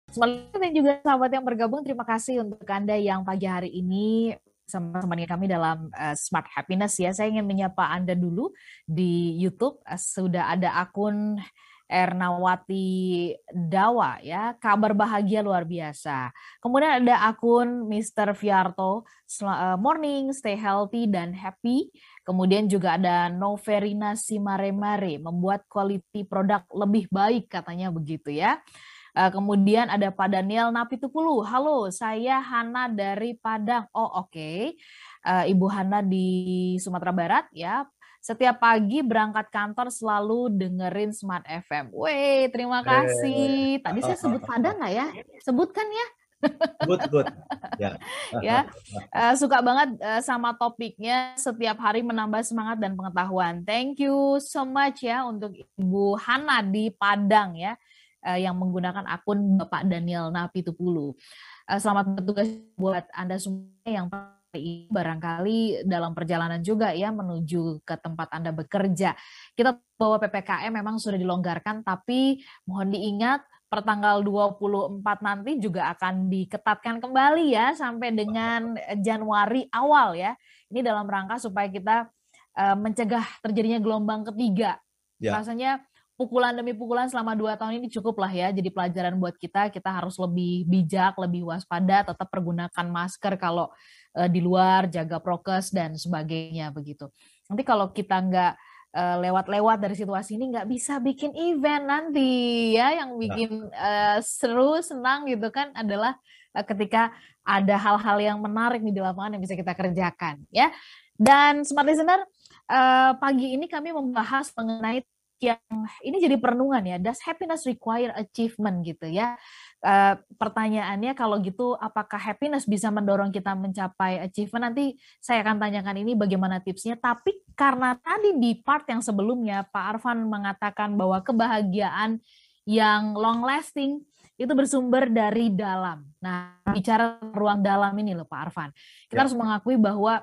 Semoga dan juga sahabat yang bergabung, terima kasih untuk Anda yang pagi hari ini sama dengan kami dalam Smart Happiness ya. Saya ingin menyapa Anda dulu di YouTube. Sudah ada akun Ernawati Dawa ya, kabar bahagia luar biasa. Kemudian ada akun Mr. Viarto, morning, stay healthy dan happy. Kemudian juga ada Noverina Simaremare, membuat quality produk lebih baik katanya begitu ya. Kemudian ada Pak Daniel Napitupulu. Halo, saya Hana dari Padang. Oh, oke. Ibu Hana di Sumatera Barat ya. Setiap pagi berangkat kantor selalu dengerin Smart FM. Weh, terima Eh, kasih. Tadi saya sebut Padang nggak ya? Sebutkan ya. good. Ya. Ya, suka banget sama topiknya. Setiap hari menambah semangat dan pengetahuan. Thank you so much ya untuk Ibu Hana di Padang ya, yang menggunakan akun Bapak Daniel Napitupulu. Selamat bertugas buat Anda semua yang barangkali dalam perjalanan juga ya menuju ke tempat Anda bekerja. Kita bahwa PPKM memang sudah dilonggarkan, tapi mohon diingat pertanggal 24 nanti juga akan diketatkan kembali ya sampai dengan Januari awal ya. Ini dalam rangka supaya kita mencegah terjadinya gelombang ketiga. Ya. Rasanya pukulan demi pukulan selama 2 tahun ini cukup lah ya. Jadi pelajaran buat kita harus lebih bijak, lebih waspada, tetap pergunakan masker kalau di luar, jaga prokes dan sebagainya begitu. Nanti kalau kita nggak lewat-lewat dari situasi ini nggak bisa bikin event nanti ya, yang Ya. bikin seru, senang gitu kan adalah ketika ada hal-hal yang menarik di lapangan yang bisa kita kerjakan ya. Dan Smart Listener, pagi ini kami membahas mengenai yang ini jadi perenungan ya, does happiness require achievement gitu ya. Pertanyaannya kalau gitu apakah happiness bisa mendorong kita mencapai achievement? Nanti saya akan tanyakan ini bagaimana tipsnya. Tapi karena tadi di part yang sebelumnya Pak Arfan mengatakan bahwa kebahagiaan yang long lasting itu bersumber dari dalam. Nah, bicara ruang dalam ini loh Pak Arfan, kita Ya. harus mengakui bahwa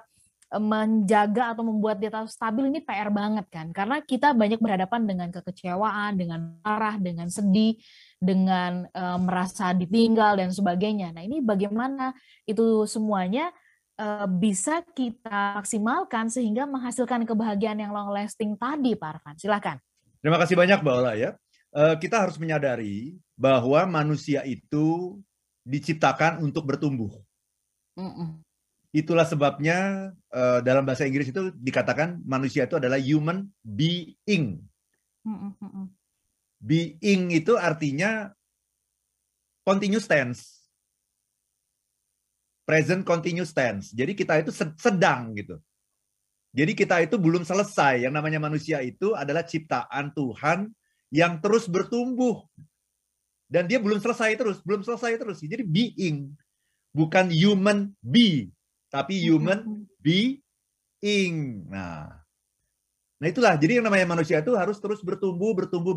menjaga atau membuat data stabil ini PR banget kan, karena kita banyak berhadapan dengan kekecewaan, dengan marah, dengan sedih, dengan merasa ditinggal dan sebagainya. Nah ini bagaimana itu semuanya bisa kita maksimalkan sehingga menghasilkan kebahagiaan yang long lasting tadi, Pak Arfan. Silakan. Terima kasih banyak, Mbak Ola ya. Kita harus menyadari bahwa manusia itu diciptakan untuk bertumbuh. Mm-mm. Itulah sebabnya dalam bahasa Inggris itu dikatakan manusia itu adalah human being. Mm-mm. Being itu artinya continuous tense. Present continuous tense. Jadi kita itu sedang gitu. Jadi kita itu belum selesai. Yang namanya manusia itu adalah ciptaan Tuhan yang terus bertumbuh. Dan dia belum selesai terus. Jadi being. Bukan human be, tapi human being. Nah itulah. Jadi yang namanya manusia itu harus terus bertumbuh.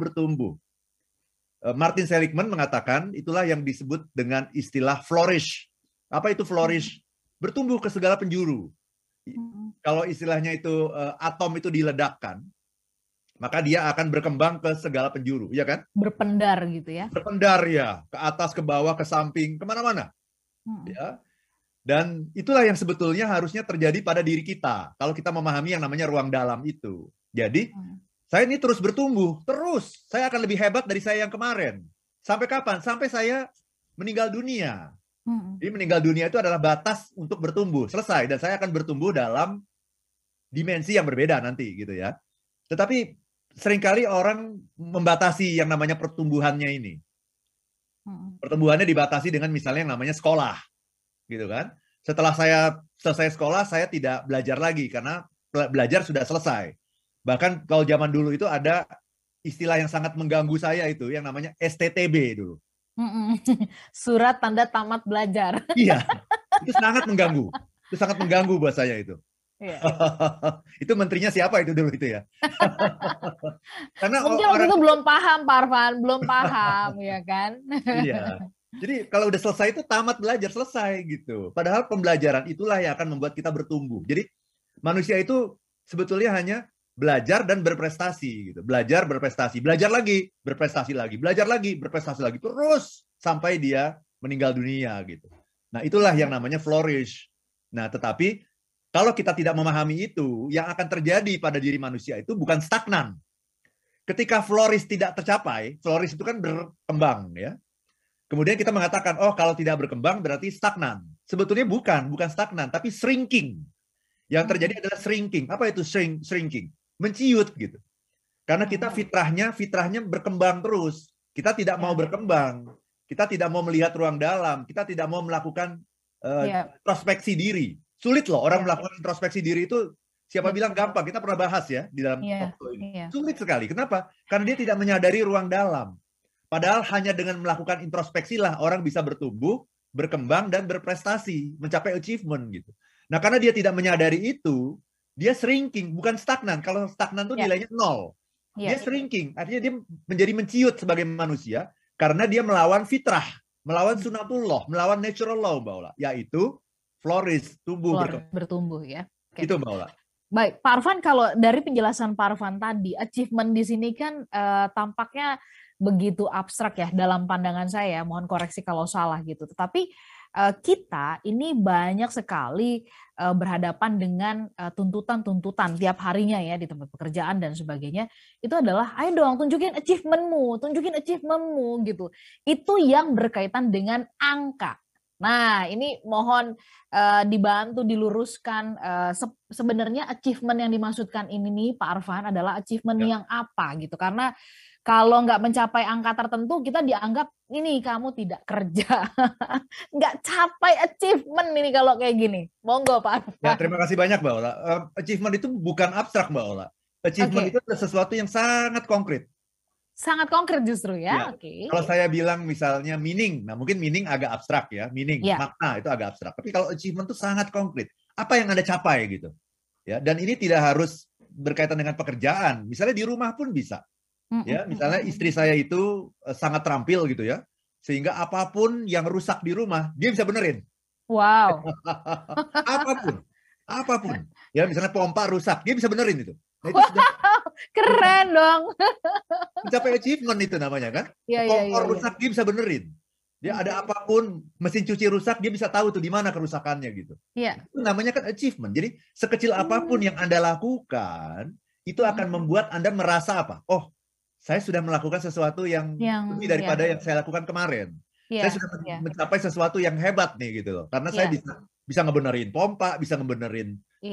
Martin Seligman mengatakan itulah yang disebut dengan istilah flourish. Apa itu flourish? Bertumbuh ke segala penjuru. Kalau istilahnya itu atom itu diledakkan, maka dia akan berkembang ke segala penjuru, ya kan? Berpendar gitu ya. Berpendar ya, ke atas, ke bawah, ke samping, kemana-mana. Ya. Dan itulah yang sebetulnya harusnya terjadi pada diri kita. Kalau kita memahami yang namanya ruang dalam itu. Jadi, saya ini terus bertumbuh, terus. Saya akan lebih hebat dari saya yang kemarin. Sampai kapan? Sampai saya meninggal dunia. Jadi meninggal dunia itu adalah batas untuk bertumbuh. Selesai. Dan saya akan bertumbuh dalam dimensi yang berbeda nanti gitu ya. Tetapi seringkali orang membatasi yang namanya pertumbuhannya ini. Pertumbuhannya dibatasi dengan misalnya yang namanya sekolah. Gitu kan. Setelah saya selesai sekolah, saya tidak belajar lagi karena belajar sudah selesai. Bahkan kalau zaman dulu itu ada istilah yang sangat mengganggu saya itu yang namanya STTB dulu. Surat tanda tamat belajar. Iya, itu sangat mengganggu. Itu sangat mengganggu buat saya itu. Iya. Itu menterinya siapa itu dulu itu ya? Karena Mungkin waktu orang itu belum paham, Pak Arfan, belum paham, ya kan? iya. Jadi kalau udah selesai itu tamat belajar, selesai gitu. Padahal pembelajaran itulah yang akan membuat kita bertumbuh. Jadi manusia itu sebetulnya hanya belajar dan berprestasi gitu. Belajar, berprestasi, belajar lagi, berprestasi lagi, belajar lagi, berprestasi lagi. Terus sampai dia meninggal dunia gitu. Nah, itulah yang namanya flourish. Nah, tetapi kalau kita tidak memahami itu, yang akan terjadi pada diri manusia itu bukan stagnan. Ketika flourish tidak tercapai, flourish itu kan berkembang ya. Kemudian kita mengatakan, oh kalau tidak berkembang berarti stagnan. Sebetulnya bukan stagnan, tapi shrinking. Yang terjadi adalah shrinking. Apa itu shrinking? Menciut gitu. Karena kita fitrahnya berkembang terus. Kita tidak mau berkembang. Kita tidak mau melihat ruang dalam. Kita tidak mau melakukan introspeksi diri. Sulit loh orang melakukan introspeksi diri itu. Siapa bilang gampang? Kita pernah bahas ya di dalam talk ini. Sulit sekali. Kenapa? Karena dia tidak menyadari ruang dalam. Padahal hanya dengan melakukan introspeksi lah orang bisa bertumbuh, berkembang, dan berprestasi, mencapai achievement gitu. Nah, karena dia tidak menyadari itu, dia shrinking, bukan stagnan. Kalau stagnan itu nilainya 0. Dia shrinking, artinya dia menjadi menciut sebagai manusia karena dia melawan fitrah, melawan sunatullah, melawan natural law, Mbak Ola, yaitu flourish, bertumbuh ya. Itu Mbak Ola. Baik, Pak Arfan, kalau dari penjelasan Pak Arfan tadi, achievement di sini kan tampaknya begitu abstrak ya dalam pandangan saya, mohon koreksi kalau salah gitu. Tetapi kita ini banyak sekali berhadapan dengan tuntutan-tuntutan tiap harinya ya di tempat pekerjaan dan sebagainya. Itu adalah, ayo dong tunjukin achievementmu gitu. Itu yang berkaitan dengan angka. Nah, ini mohon dibantu diluruskan sebenarnya achievement yang dimaksudkan ini nih Pak Arfan adalah achievement yang apa gitu. Karena kalau nggak mencapai angka tertentu, kita dianggap ini kamu tidak kerja. Nggak capai achievement ini kalau kayak gini. Monggo Pak Arfan. Ya, terima kasih banyak Mbak Ola. Achievement itu bukan abstrak Mbak Ola. Achievement itu adalah sesuatu yang sangat konkret. Sangat konkret justru ya. Kalau saya bilang misalnya meaning, nah mungkin meaning agak abstrak ya. Meaning, makna itu agak abstrak. Tapi kalau achievement itu sangat konkret. Apa yang Anda capai gitu. Ya, dan ini tidak harus berkaitan dengan pekerjaan. Misalnya di rumah pun bisa. Ya, misalnya istri saya itu sangat terampil gitu ya, sehingga apapun yang rusak di rumah dia bisa benerin. Wow. apapun. Ya, misalnya pompa rusak, dia bisa benerin itu. Nah, itu keren dong. Mencapai achievement itu namanya kan. Kompor rusak dia bisa benerin. Dia ada apapun, mesin cuci rusak dia bisa tahu tuh di mana kerusakannya gitu. Itu namanya kan achievement. Jadi sekecil apapun yang Anda lakukan, itu akan membuat Anda merasa apa? Oh, saya sudah melakukan sesuatu yang lebih daripada yang saya lakukan kemarin. Saya sudah mencapai sesuatu yang hebat nih gitu loh. Karena saya bisa ngebenerin pompa, bisa ngebenerin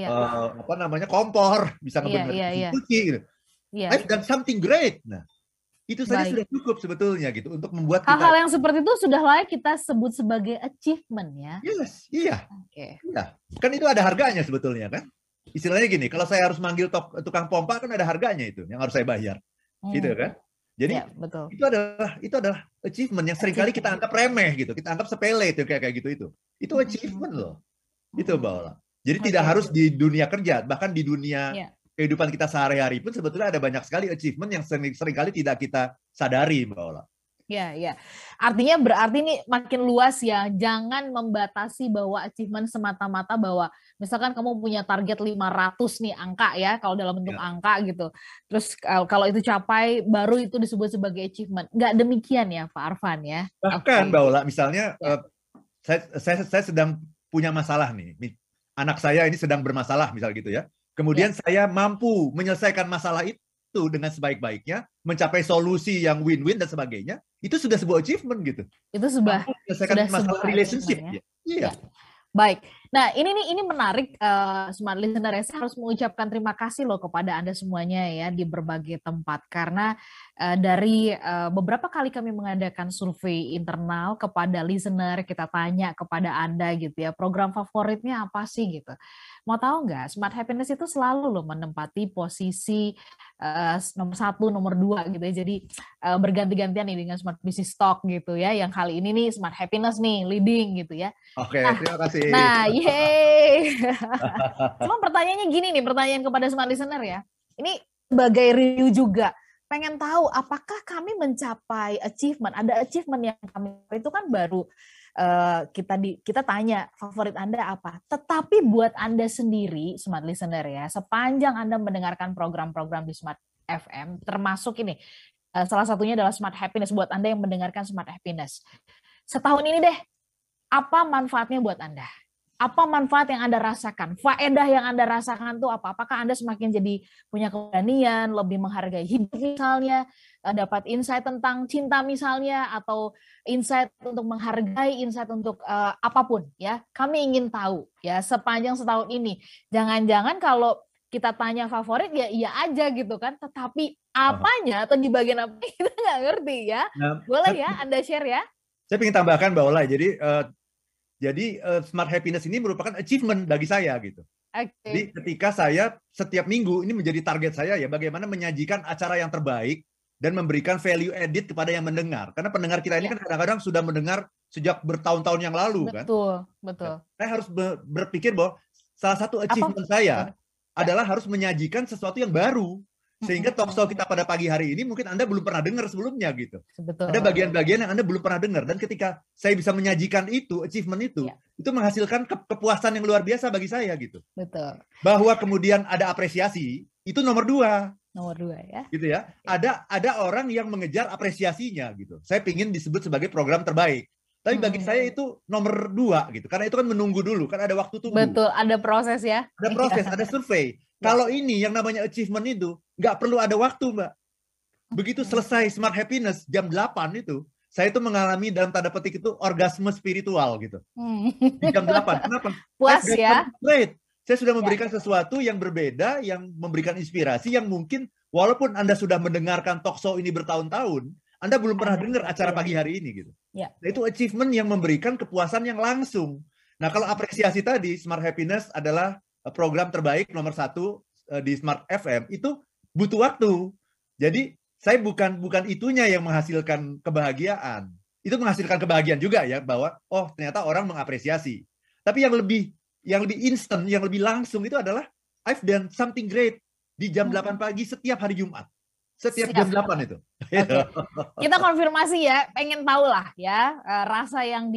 kompor, bisa ngebenerin cuci gitu. I've done something great. Nah, itu saja sudah cukup sebetulnya gitu untuk membuat kita hal-hal yang seperti itu sudah layak kita sebut sebagai achievement ya. Iya. Kan itu ada harganya sebetulnya kan. Istilahnya gini, kalau saya harus manggil tukang pompa kan ada harganya itu yang harus saya bayar. Gitu kan. Jadi betul. itu adalah achievement yang seringkali kita anggap remeh gitu. Kita anggap sepele itu kayak gitu itu. Itu achievement loh. Itu Mbak Ola. Jadi tidak harus di dunia kerja, bahkan di dunia kehidupan kita sehari-hari pun sebetulnya ada banyak sekali achievement yang seringkali tidak kita sadari Mbak Ola. Ya. Artinya berarti ini makin luas ya. Jangan membatasi bahwa achievement semata-mata bahwa misalkan kamu punya target 500 nih angka ya, kalau dalam bentuk angka gitu. Terus kalau itu capai baru itu disebut sebagai achievement. Nggak demikian ya Pak Arfan ya. Bahkan Mbak Ola misalnya saya sedang punya masalah nih. Anak saya ini sedang bermasalah misal gitu ya. Kemudian saya mampu menyelesaikan masalah itu dengan sebaik-baiknya, mencapai solusi yang win-win dan sebagainya, itu sudah sebuah achievement gitu. Itu sudah masalah relationship ya. Iya. Baik. Nah, ini menarik Smart Listener. Saya harus mengucapkan terima kasih loh kepada Anda semuanya ya di berbagai tempat karena dari beberapa kali kami mengadakan survei internal kepada listener, kita tanya kepada Anda gitu ya, program favoritnya apa sih gitu. Mau tahu nggak, Smart Happiness itu selalu loh menempati posisi nomor 1, nomor 2 gitu ya. Jadi berganti-gantian nih dengan Smart Business Talk gitu ya. Yang kali ini nih Smart Happiness nih leading gitu ya. Oke, terima kasih. Nah, yeay. Cuma pertanyaannya gini nih, pertanyaan kepada Smart Listener ya. Ini sebagai review juga. Pengen tahu apakah kami mencapai achievement, ada achievement yang kami itu kan baru kita tanya favorit Anda apa. Tetapi buat Anda sendiri, Smart Listener ya, sepanjang Anda mendengarkan program-program di Smart FM, termasuk ini Salah satunya adalah Smart Happiness buat Anda yang mendengarkan Smart Happiness. Setahun ini deh, apa manfaatnya buat Anda? Apa manfaat yang Anda rasakan? Faedah yang Anda rasakan tuh apa? Apakah Anda semakin jadi punya keberanian, lebih menghargai hidup misalnya, dapat insight tentang cinta misalnya, atau insight untuk menghargai, insight untuk apapun ya. Kami ingin tahu ya sepanjang setahun ini. Jangan-jangan kalau kita tanya favorit ya iya aja gitu kan, tetapi apanya atau di bagian apa kita nggak ngerti ya. Nah, Boleh ya Anda share ya? Saya ingin tambahkan Mbak Ola, jadi Smart Happiness ini merupakan achievement bagi saya gitu. Okay. Jadi ketika saya setiap minggu ini menjadi target saya ya bagaimana menyajikan acara yang terbaik dan memberikan value added kepada yang mendengar. Karena pendengar kita ini kan kadang-kadang sudah mendengar sejak bertahun-tahun yang lalu kan. Betul. Saya harus berpikir bahwa salah satu achievement saya adalah harus menyajikan sesuatu yang baru. Sehingga talk show kita pada pagi hari ini mungkin Anda belum pernah dengar sebelumnya gitu. Betul. Ada bagian-bagian yang Anda belum pernah dengar. Dan ketika saya bisa menyajikan itu, achievement itu menghasilkan kepuasan yang luar biasa bagi saya gitu. Betul. Bahwa kemudian ada apresiasi, itu nomor 2. Nomor 2 ya. Gitu ya. Ada orang yang mengejar apresiasinya gitu. Saya ingin disebut sebagai program terbaik. Tapi bagi saya itu nomor 2 gitu. Karena itu kan menunggu dulu, kan ada waktu tunggu. Betul, ada proses ya. Ada proses, ada survei. Kalau ini yang namanya achievement itu nggak perlu ada waktu, Mbak. Begitu selesai Smart Happiness jam 8 itu, saya itu mengalami dalam tanda petik itu orgasme spiritual gitu. Di jam 8. Kenapa? Puas ya. Great. Saya sudah memberikan sesuatu yang berbeda, yang memberikan inspirasi, yang mungkin walaupun Anda sudah mendengarkan talk show ini bertahun-tahun, Anda belum pernah dengar acara pagi hari ini gitu. Nah, itu achievement yang memberikan kepuasan yang langsung. Nah, kalau apresiasi tadi, Smart Happiness adalah program terbaik nomor 1 di Smart FM, itu butuh waktu. Jadi saya bukan itunya yang menghasilkan kebahagiaan. Itu menghasilkan kebahagiaan juga ya, bahwa oh ternyata orang mengapresiasi. Tapi yang lebih instan, yang lebih langsung itu adalah I've done something great di jam 8 pagi setiap hari Jumat. Setiap jam 8 itu. Okay. Kita konfirmasi ya, pengen tahu lah ya rasa yang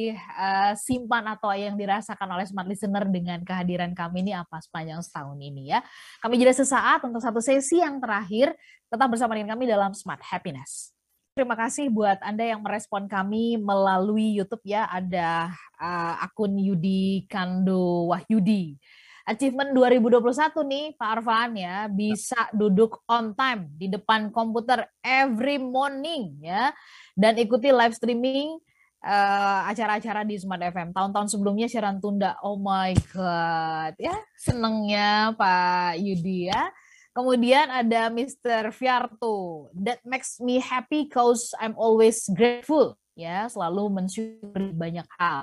disimpan atau yang dirasakan oleh Smart Listener dengan kehadiran kami ini apa sepanjang setahun ini ya. Kami jeda sesaat untuk satu sesi yang terakhir, tetap bersama dengan kami dalam Smart Happiness. Terima kasih buat Anda yang merespon kami melalui YouTube ya, ada akun Yudi Kando Wahyudi. Achievement 2021 nih Pak Arfan ya, bisa duduk on time di depan komputer every morning ya, dan ikuti live streaming acara-acara di Smart FM. Tahun-tahun sebelumnya siaran tunda. Oh my god ya, senengnya Pak Yudi ya. Kemudian ada Mr. Fiarto, that makes me happy cause I'm always grateful ya, selalu mensyukuri banyak hal.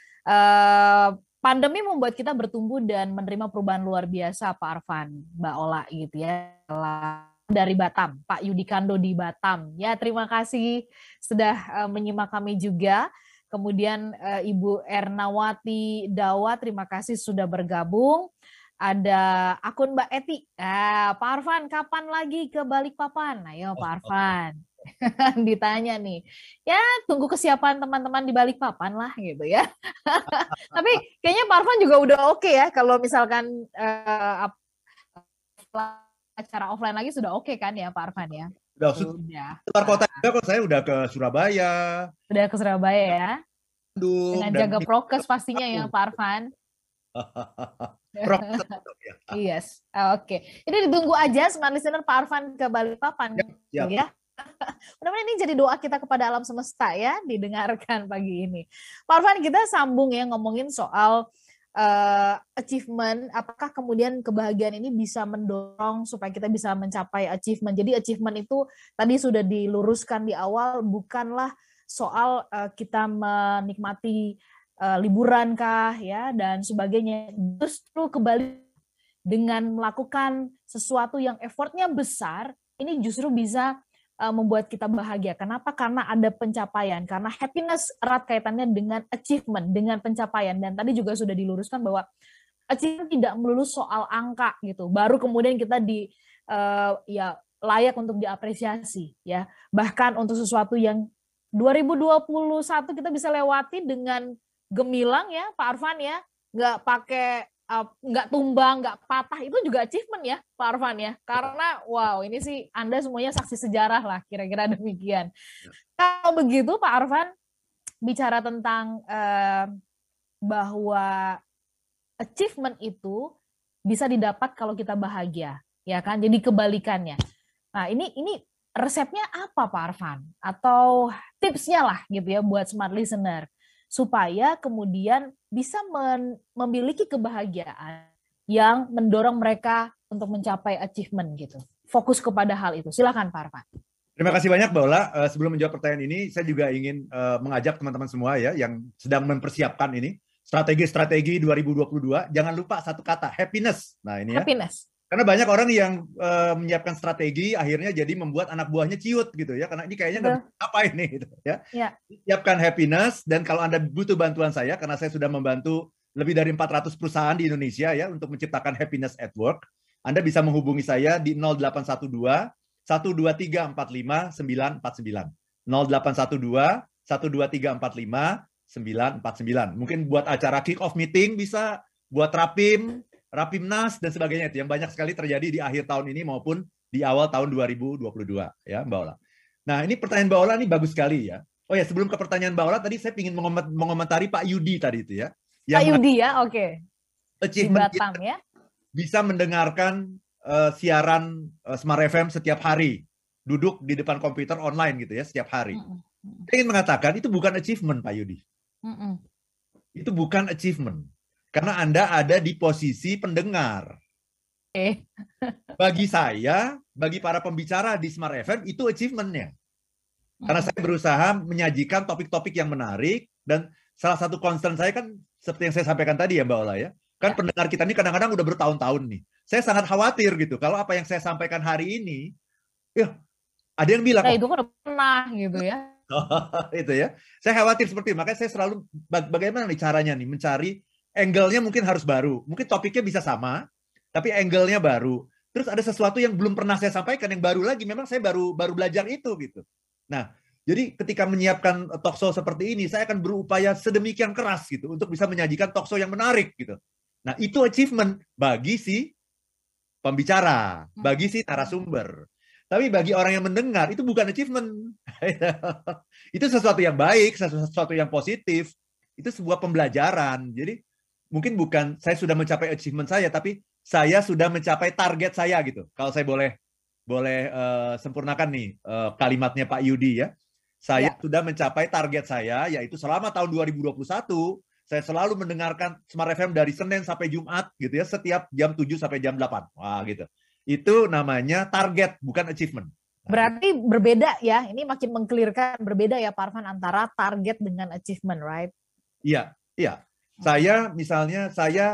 Pandemi membuat kita bertumbuh dan menerima perubahan luar biasa, Pak Arfan, Mbak Ola gitu ya. Dari Batam, Pak Yudi Kando di Batam. Ya, terima kasih sudah menyimak kami juga. Kemudian Ibu Ernawati Dawa, terima kasih sudah bergabung. Ada akun Mbak Eti. Pak Arfan, kapan lagi ke Balikpapan? Ayo Pak Arfan. Ditanya nih, ya tunggu kesiapan teman-teman di Balikpapan lah gitu ya. Tapi kayaknya Pak Arfan juga udah oke ya kalau misalkan acara offline lagi sudah oke kan ya Pak Arfan ya? Sudah. Keluar kota juga kok, saya udah ke Surabaya. Sudah ke Surabaya ya. Dengan jaga prokes pastinya ya Pak Arfan. Yes, oke. Ini ditunggu aja Smart Listener Pak Arfan ke Balikpapan ya. Mudah-mudahan ini jadi doa kita kepada alam semesta ya, didengarkan pagi ini. Pak Arfan, kita sambung ya ngomongin soal achievement. Apakah kemudian kebahagiaan ini bisa mendorong supaya kita bisa mencapai achievement? Jadi achievement itu tadi sudah diluruskan di awal, bukanlah soal kita menikmati liburan kah ya dan sebagainya. Justru kembali dengan melakukan sesuatu yang effortnya besar, ini justru bisa membuat kita bahagia. Kenapa? Karena ada pencapaian. Karena happiness erat kaitannya dengan achievement, dengan pencapaian. Dan tadi juga sudah diluruskan bahwa achievement tidak melulu soal angka gitu. Baru kemudian kita ya layak untuk diapresiasi ya. Bahkan untuk sesuatu yang 2021 kita bisa lewati dengan gemilang ya Pak Arfan ya. Nggak pakai nggak tumbang, nggak patah, itu juga achievement ya, Pak Arfan ya. Karena wow, ini sih Anda semuanya saksi sejarah lah, kira-kira demikian. Kalau begitu Pak Arfan, bicara tentang bahwa achievement itu bisa didapat kalau kita bahagia, ya kan? Jadi kebalikannya. Nah, ini resepnya apa Pak Arfan? Atau tipsnya lah gitu ya buat smart listener supaya kemudian bisa memiliki kebahagiaan yang mendorong mereka untuk mencapai achievement gitu. Fokus kepada hal itu. Silakan Pak Arfan. Terima kasih banyak Mbak Ola. Sebelum menjawab pertanyaan ini, saya juga ingin mengajak teman-teman semua ya yang sedang mempersiapkan ini strategi 2022. Jangan lupa satu kata, happiness. Nah ini ya. Happiness. Karena banyak orang yang menyiapkan strategi akhirnya jadi membuat anak buahnya ciut gitu ya. Karena ini kayaknya nggak bisa apa ini gitu ya. Siapkan happiness, dan kalau Anda butuh bantuan saya, karena saya sudah membantu lebih dari 400 perusahaan di Indonesia ya untuk menciptakan happiness at work, Anda bisa menghubungi saya di 0812 12345 949. 0812 12345 949. Mungkin buat acara kick off meeting bisa, buat Rapimnas dan sebagainya, itu yang banyak sekali terjadi di akhir tahun ini maupun di awal tahun 2022 ya Mbak Ola. Nah, ini pertanyaan Mbak Ola ini bagus sekali ya. Oh ya, sebelum ke pertanyaan Mbak Ola tadi saya ingin mengomentari Pak Yudi tadi itu ya. Pak Yudi ya, oke. Di Batam ya. Bisa mendengarkan siaran Smart FM setiap hari, duduk di depan komputer online gitu ya setiap hari. Saya ingin mengatakan itu bukan achievement Pak Yudi. Itu bukan achievement. Karena Anda ada di posisi pendengar. Bagi saya, bagi para pembicara di Smart FM, itu achievement-nya. Karena saya berusaha menyajikan topik-topik yang menarik, dan salah satu concern saya kan, seperti yang saya sampaikan tadi ya Mbak Ola ya, kan pendengar kita ini kadang-kadang udah bertahun-tahun nih. Saya sangat khawatir gitu, kalau apa yang saya sampaikan hari ini, ya ada yang bilang, itu kan udah pernah gitu ya. Itu ya. Saya khawatir seperti itu, makanya saya selalu, bagaimana nih caranya nih, mencari angle-nya mungkin harus baru. Mungkin topiknya bisa sama, tapi angle-nya baru. Terus ada sesuatu yang belum pernah saya sampaikan, yang baru lagi. Memang saya baru belajar itu gitu. Nah, jadi ketika menyiapkan talkshow seperti ini, saya akan berupaya sedemikian keras gitu untuk bisa menyajikan talkshow yang menarik gitu. Nah, itu achievement bagi si pembicara, bagi si narasumber. Tapi bagi orang yang mendengar, itu bukan achievement. Itu sesuatu yang baik, sesuatu yang positif. Itu sebuah pembelajaran. Jadi mungkin bukan saya sudah mencapai achievement saya, tapi saya sudah mencapai target saya gitu. Kalau saya boleh sempurnakan nih kalimatnya Pak Yudi ya. Saya sudah mencapai target saya, yaitu selama tahun 2021 saya selalu mendengarkan Smart FM dari Senin sampai Jumat gitu ya, setiap jam 7 sampai jam 8. Wah gitu. Itu namanya target, bukan achievement. Berarti berbeda ya. Ini makin mengklirkan berbeda ya Pak Arfan antara target dengan achievement, right? Iya, iya. Saya misalnya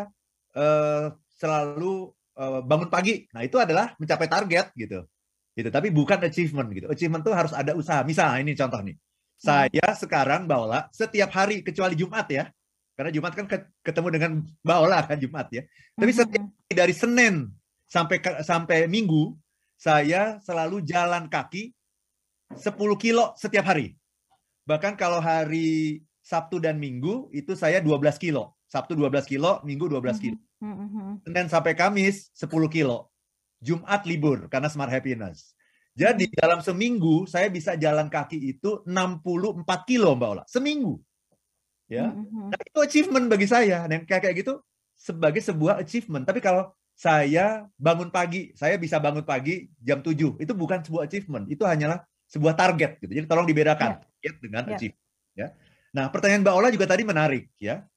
selalu bangun pagi. Nah, itu adalah mencapai target gitu. Gitu, tapi bukan achievement gitu. Achievement tuh harus ada usaha. Misalnya ini contoh nih. Saya sekarang Mbak Ola setiap hari kecuali Jumat ya. Karena Jumat kan ketemu dengan Mbak Ola kan Jumat ya. Tapi setiap dari Senin sampai Minggu saya selalu jalan kaki 10 kilo setiap hari. Bahkan kalau hari Sabtu dan Minggu itu saya 12 kilo. Sabtu 12 kilo, Minggu 12 kilo. Senin sampai Kamis 10 kilo. Jumat libur karena Smart Happiness. Jadi dalam seminggu saya bisa jalan kaki itu 64 kilo Mbak Ola. Seminggu. Ya. Nah, itu achievement bagi saya. Dan kayak gitu sebagai sebuah achievement. Tapi kalau saya bangun pagi, saya bisa bangun pagi jam 7. Itu bukan sebuah achievement. Itu hanyalah sebuah target gitu. Jadi tolong dibedakan target dengan achievement ya. Nah, pertanyaan Mbak Ola juga tadi menarik ya.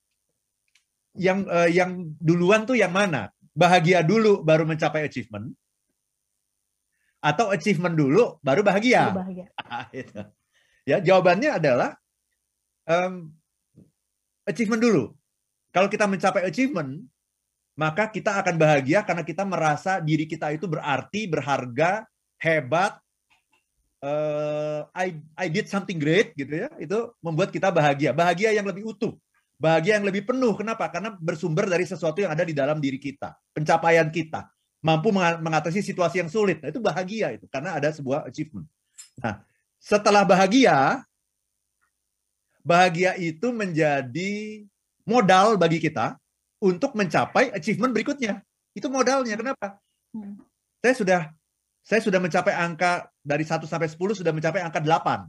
Yang duluan tuh yang mana? Bahagia dulu baru mencapai achievement, atau achievement dulu baru bahagia? Ya, jawabannya adalah achievement dulu. Kalau kita mencapai achievement, maka kita akan bahagia karena kita merasa diri kita itu berarti, berharga, hebat. I did something great gitu ya. Itu membuat kita bahagia. Bahagia yang lebih utuh. Bahagia yang lebih penuh. Kenapa? Karena bersumber dari sesuatu yang ada di dalam diri kita. Pencapaian kita. Mampu mengatasi situasi yang sulit. Nah, itu bahagia itu. Karena ada sebuah achievement. Nah, setelah bahagia itu menjadi modal bagi kita untuk mencapai achievement berikutnya. Itu modalnya. Kenapa? Saya sudah mencapai angka dari 1 sampai 10 sudah mencapai angka 8.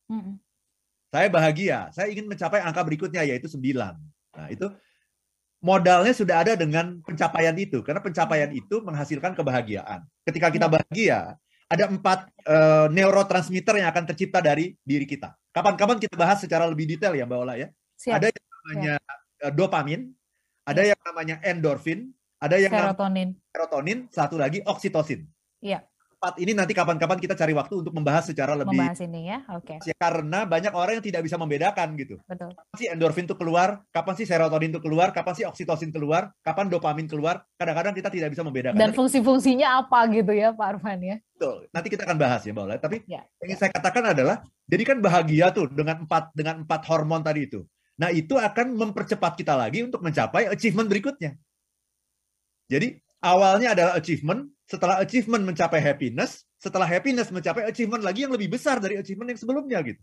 Saya bahagia. Saya ingin mencapai angka berikutnya yaitu 9. Nah, itu modalnya sudah ada dengan pencapaian itu. Karena pencapaian itu menghasilkan kebahagiaan. Ketika kita bahagia, ada 4 neurotransmitter yang akan tercipta dari diri kita. Kapan-kapan kita bahas secara lebih detail ya Mbak Ola ya. Siap. Ada yang namanya dopamin, ada yang namanya endorfin, ada yang serotonin, satu lagi oksitosin. Iya. 4 ini nanti kapan-kapan kita cari waktu untuk membahas secara lebih. Membahas ini ya, oke. Karena banyak orang yang tidak bisa membedakan gitu. Betul. Kapan sih endorfin itu keluar, kapan sih serotonin itu keluar, kapan sih oksitosin keluar, kapan dopamin keluar. Kadang-kadang kita tidak bisa membedakan. Dan fungsi-fungsinya apa gitu ya Pak Arfan ya. Betul. Nanti kita akan bahas ya Mbak Ola. Tapi yang ingin saya katakan adalah, jadi kan bahagia tuh dengan 4 hormon tadi itu. Nah itu akan mempercepat kita lagi untuk mencapai achievement berikutnya. Jadi awalnya adalah achievement, setelah achievement mencapai happiness, setelah happiness mencapai achievement lagi yang lebih besar dari achievement yang sebelumnya gitu.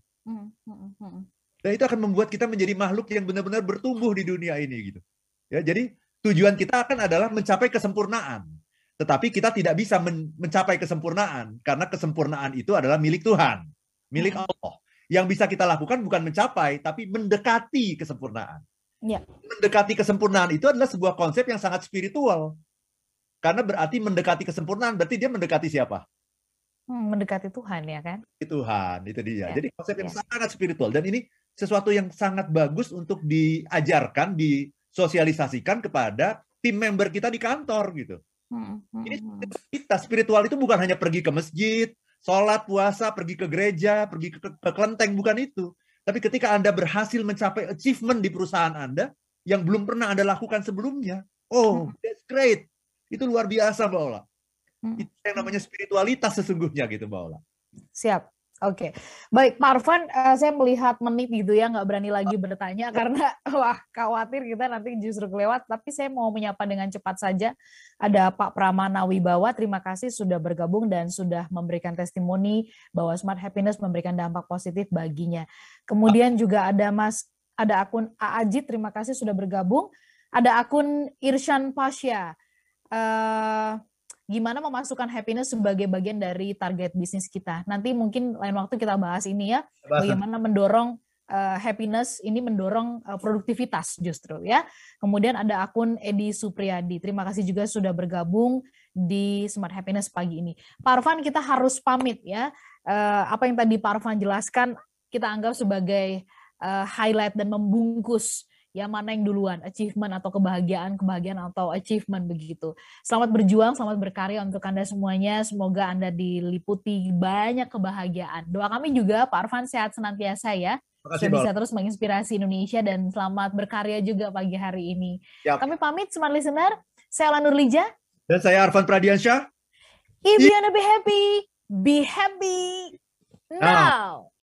Dan itu akan membuat kita menjadi makhluk yang benar-benar bertumbuh di dunia ini gitu. Ya, jadi tujuan kita akan adalah mencapai kesempurnaan. Tetapi kita tidak bisa mencapai kesempurnaan karena kesempurnaan itu adalah milik Tuhan, milik Allah. Yang bisa kita lakukan bukan mencapai, tapi mendekati kesempurnaan. Ya. Mendekati kesempurnaan itu adalah sebuah konsep yang sangat spiritual. Karena berarti mendekati kesempurnaan, berarti dia mendekati siapa? Mendekati Tuhan ya kan? Tuhan, itu dia. Ya. Jadi konsep yang sangat spiritual. Dan ini sesuatu yang sangat bagus untuk diajarkan, disosialisasikan kepada tim member kita di kantor gitu. Ini kita spiritual itu bukan hanya pergi ke masjid, sholat, puasa, pergi ke gereja, pergi ke kelenteng, bukan itu. Tapi ketika Anda berhasil mencapai achievement di perusahaan Anda yang belum pernah Anda lakukan sebelumnya, that's great. Itu luar biasa Mbak Ola. Itu yang namanya spiritualitas sesungguhnya gitu Mbak Ola. Siap. Oke. Baik Pak Arfan, saya melihat menit gitu ya, nggak berani lagi bertanya karena wah khawatir kita nanti justru kelewat. Tapi saya mau menyapa dengan cepat saja. Ada Pak Pramana Wibawa, terima kasih sudah bergabung dan sudah memberikan testimoni bahwa Smart Happiness memberikan dampak positif baginya. Kemudian juga ada akun Aajit, terima kasih sudah bergabung. Ada akun Irshan Pasha. Gimana memasukkan happiness sebagai bagian dari target bisnis kita. Nanti mungkin lain waktu kita bahas ini ya, bagaimana mendorong happiness ini mendorong produktivitas justru ya. Kemudian ada akun Edi Supriyadi. Terima kasih juga sudah bergabung di Smart Happiness pagi ini. Pak Arfan, kita harus pamit ya. Apa yang tadi Pak Arfan jelaskan kita anggap sebagai highlight dan membungkus ya, mana yang duluan, achievement atau kebahagiaan atau achievement begitu. Selamat berjuang, selamat berkarya untuk Anda semuanya. Semoga Anda diliputi banyak kebahagiaan. Doa kami juga Pak Arfan sehat senantiasa ya. Saya bisa terus menginspirasi Indonesia dan selamat berkarya juga pagi hari ini. Siap. Kami pamit Smart Listener. Saya Ola Nurlija. Dan saya Arfan Pradiansyah. If you wanna be happy now.